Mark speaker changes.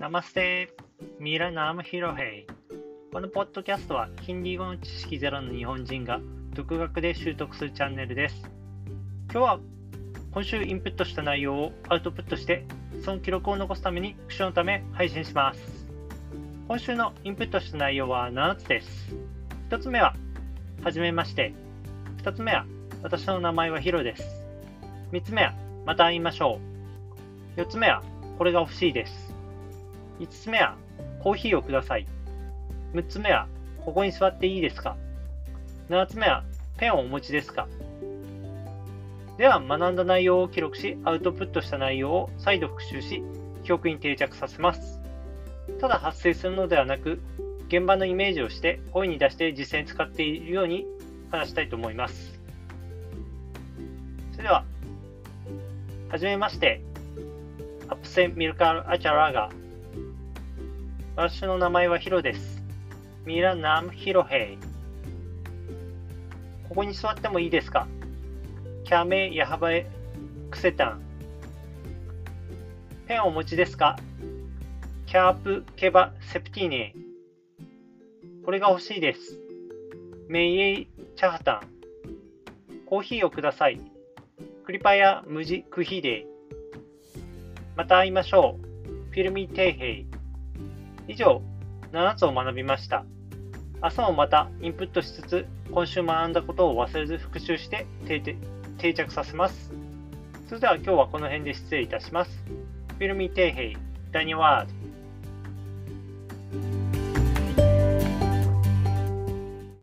Speaker 1: ナマステ、ミラナムヒロヘイ。このポッドキャストはヒンディー語の知識ゼロの日本人が独学で習得するチャンネルです。今日は今週インプットした内容をアウトプットして、その記録を残すために復習のため配信します。今週のインプットした内容は7つです。1つ目は、はじめまして。2つ目は、私の名前はヒロです。3つ目は、また会いましょう。4つ目は、これが欲しいです。5つ目は、コーヒーをください。6つ目は、ここに座っていいですか。7つ目は、ペンをお持ちですか。では、学んだ内容を記録し、アウトプットした内容を再度復習し、記憶に定着させます。ただ発声するのではなく、現場のイメージをして声に出して実際に使っているように話したいと思います。それでは、はじめまして。アプセミルカルアチャラガ。私の名前はヒロです。ミラナムヒロヘイ。ここに座ってもいいですか。キャメヤハバエクセタン。ペンをお持ちですか。キャープケバセプティーネ。これが欲しいです。メイエイチャハタン。コーヒーをください。クリパヤムジクヒデ。また会いましょう。フィルミテイヘイ。以上、7つを学びました。明日もまたインプットしつつ、今週学んだことを忘れず復習して定着させます。それでは今日はこの辺で失礼いたします。フィルミテイヘイ。ダニワード。